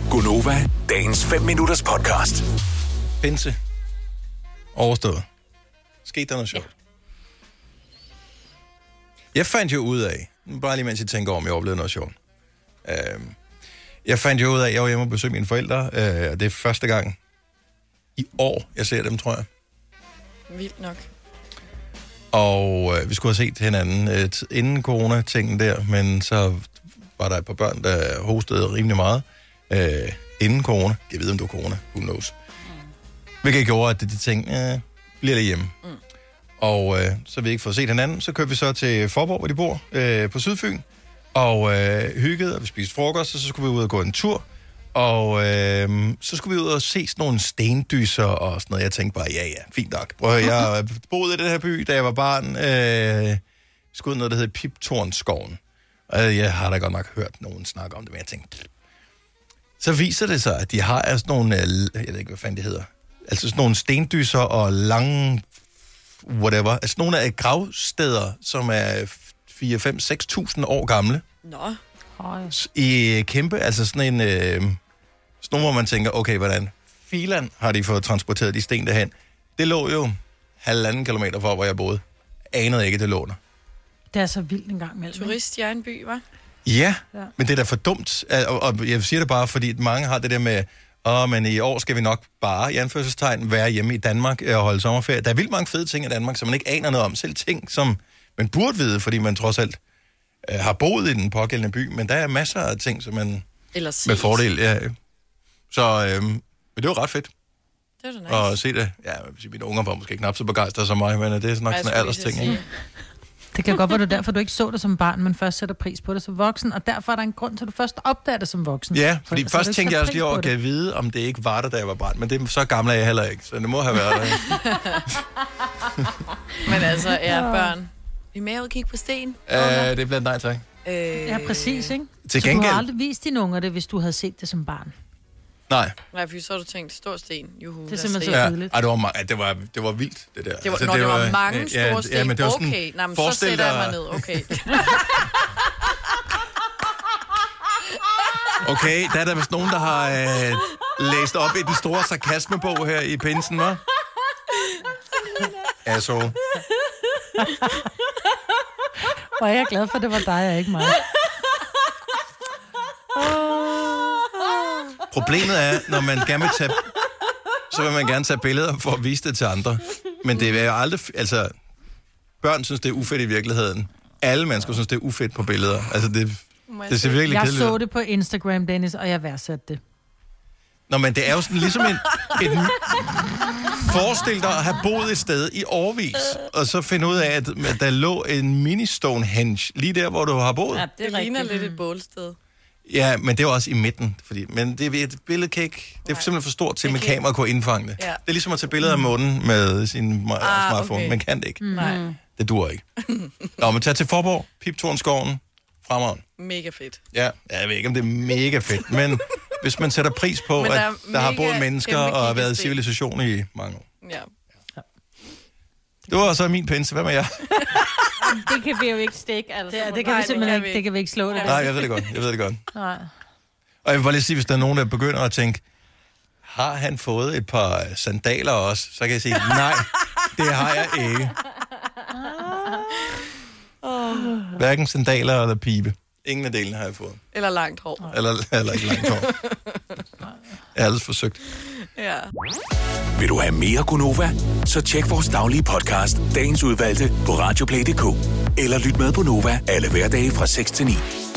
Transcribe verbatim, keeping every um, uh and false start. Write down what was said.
Gonova, dagens fem minutters podcast. Pinse. Overstået. Skete der noget sjovt? Ja. Jeg fandt jo ud af, bare lige mens jeg tænker om, jeg oplevede noget sjovt. Uh, jeg fandt jo ud af, at jeg var hjemme og besøgte mine forældre, uh, og det er første gang i år, jeg ser dem, tror jeg. Vildt nok. Og uh, vi skulle have set hinanden uh, inden corona-tingen der, men så var der et par børn, der hostede rimelig meget uh, inden corona. Jeg ved, om det var corona. Who knows? Mm. Hvilket gjorde, at de tænkte, uh, bliver lidt hjemme. Mm. Og øh, så vi ikke får set hinanden. Så kørte vi så til Forborg, hvor de bor, øh, på Sydfyn. Og øh, hyggede, og vi spiste frokost, og så skulle vi ud og gå en tur. Og øh, så skulle vi ud og se sådan nogle stendyser og sådan noget. Jeg tænkte bare, ja ja, fint nok. Prøv at høre, jeg boede i den her by, da jeg var barn. Øh, skulle ud noget, der hedder Piptornskoven. Og jeg har da godt nok hørt nogen snakke om det, men jeg tænkte... Så viser det sig, at de har altså nogle... Jeg ved ikke, hvad fanden det hedder. Altså sådan nogle stendyser og lange... whatever. Altså nogle af gravsteder, som er fire, fem, seks tusind år gamle. Nå. I kæmpe, altså sådan en... Øh, sådan nogle, hvor man tænker, okay, hvordan filan har de fået transporteret de sten derhen? Det lå jo halvanden kilometer fra, hvor jeg boede. Anede ikke, det lå der. Det er så vildt en gang mellem. Turist i egen by, hva'? Ja, ja, men det er da for dumt. Og, og jeg siger det bare, fordi mange har det der med... Åh, oh, men i år skal vi nok bare, i anførselstegn, være hjemme i Danmark og holde sommerferie. Der er vildt mange fede ting i Danmark, som man ikke aner noget om. Selv ting, som man burde vide, fordi man trods alt øh, har boet i den pågældende by. Men der er masser af ting, som man med fordel... Ja. Så øh, men det var ret fedt. Det var da nice. Og se det. Ja, mine unger var måske knap så begejstrede som mig, men det er nok sådan en aldersting, ikke? Det kan godt være, det er derfor, du ikke så det som barn, men først sætter pris på det som voksen, og derfor er der en grund til, at du først opdager det som voksen. Ja, fordi for, først tænkte jeg også lige over, at jeg vide, om det ikke var der, da jeg var barn, men det er så gammel er jeg heller ikke, så det må have været der. Men altså, er børn... Vi er med ud og kigge på sten? Uh, det er blandt nej, tak. Øh... Ja, præcis, ikke? Til så gengæld... du har aldrig vist dine unger det, hvis du havde set det som barn. Nej. Nej, for så har du tænkt, stor sten, juhu. Det er simpelthen så kedeligt. Ja, det, var, det, var, det var vildt, det der. Det var, altså, når det, det var, var mange store ja, sten, ja, men det var sådan, okay. Nej, men så sætter jeg mig ned, okay. Okay, der er der vist nogen, der har øh, læst op i den store sarkasmebog her i pinsen, hva'? Asshole. Hvor er jeg glad for, at det var dig, og ikke mig. Problemet er, når man gerne vil tage, så vil man gerne tage billeder for at vise det til andre. Men det er jo aldrig, altså, børn synes, det er ufedt i virkeligheden. Alle mennesker synes, det er ufedt på billeder. Altså, det, det ser virkelig jeg kedeligt. Jeg så det på Instagram, Dennis, og jeg værdsatte det. Nå, men det er jo sådan ligesom en, en forestil dig at have boet et sted i årevis, og så finde ud af, at der lå en mini-Stonehenge lige der, hvor du har boet. Ja, det, det ligner lidt et bålsted. Ja, men det er også i midten, fordi, men det er et billede kan ikke, det er simpelthen for stort til, at med kamera kunne indfange det. Ja. Det er ligesom at tage billeder af månen med sin ah, smartphone, okay. Man kan det ikke. Nej. Det duer ikke. Nå, men tag til Forborg, Piptornskoven, fremad. Mega fedt. Ja, jeg ved ikke, om det er mega fedt, men hvis man sætter pris på, der at der har boet mennesker og har været civilisation i mange år. Ja. Ja. Det var så min pinse. Hvad med jer? Det kan vi jo ikke stikke, altså. Det, det kan Nej, vi simpelthen det kan ikke, det kan vi ikke slå det. Nej, jeg ved det godt, jeg ved det godt. Nej. Og jeg vil bare lige sige, hvis der er nogen, der begynder at tænke, har han fået et par sandaler også? Så kan jeg sige, nej, det har jeg ikke. Hverken sandaler eller pibe. Ingen af delene har jeg fået. Eller langt hår. Eller, eller ikke langt hår. Jeg har ellers forsøgt. Ja. Vil du have mere Gonova? Så tjek vores daglige podcast, dagens udvalgte, på radioplay punktum d k. Eller lyt med på Nova alle hverdage fra seks til ni.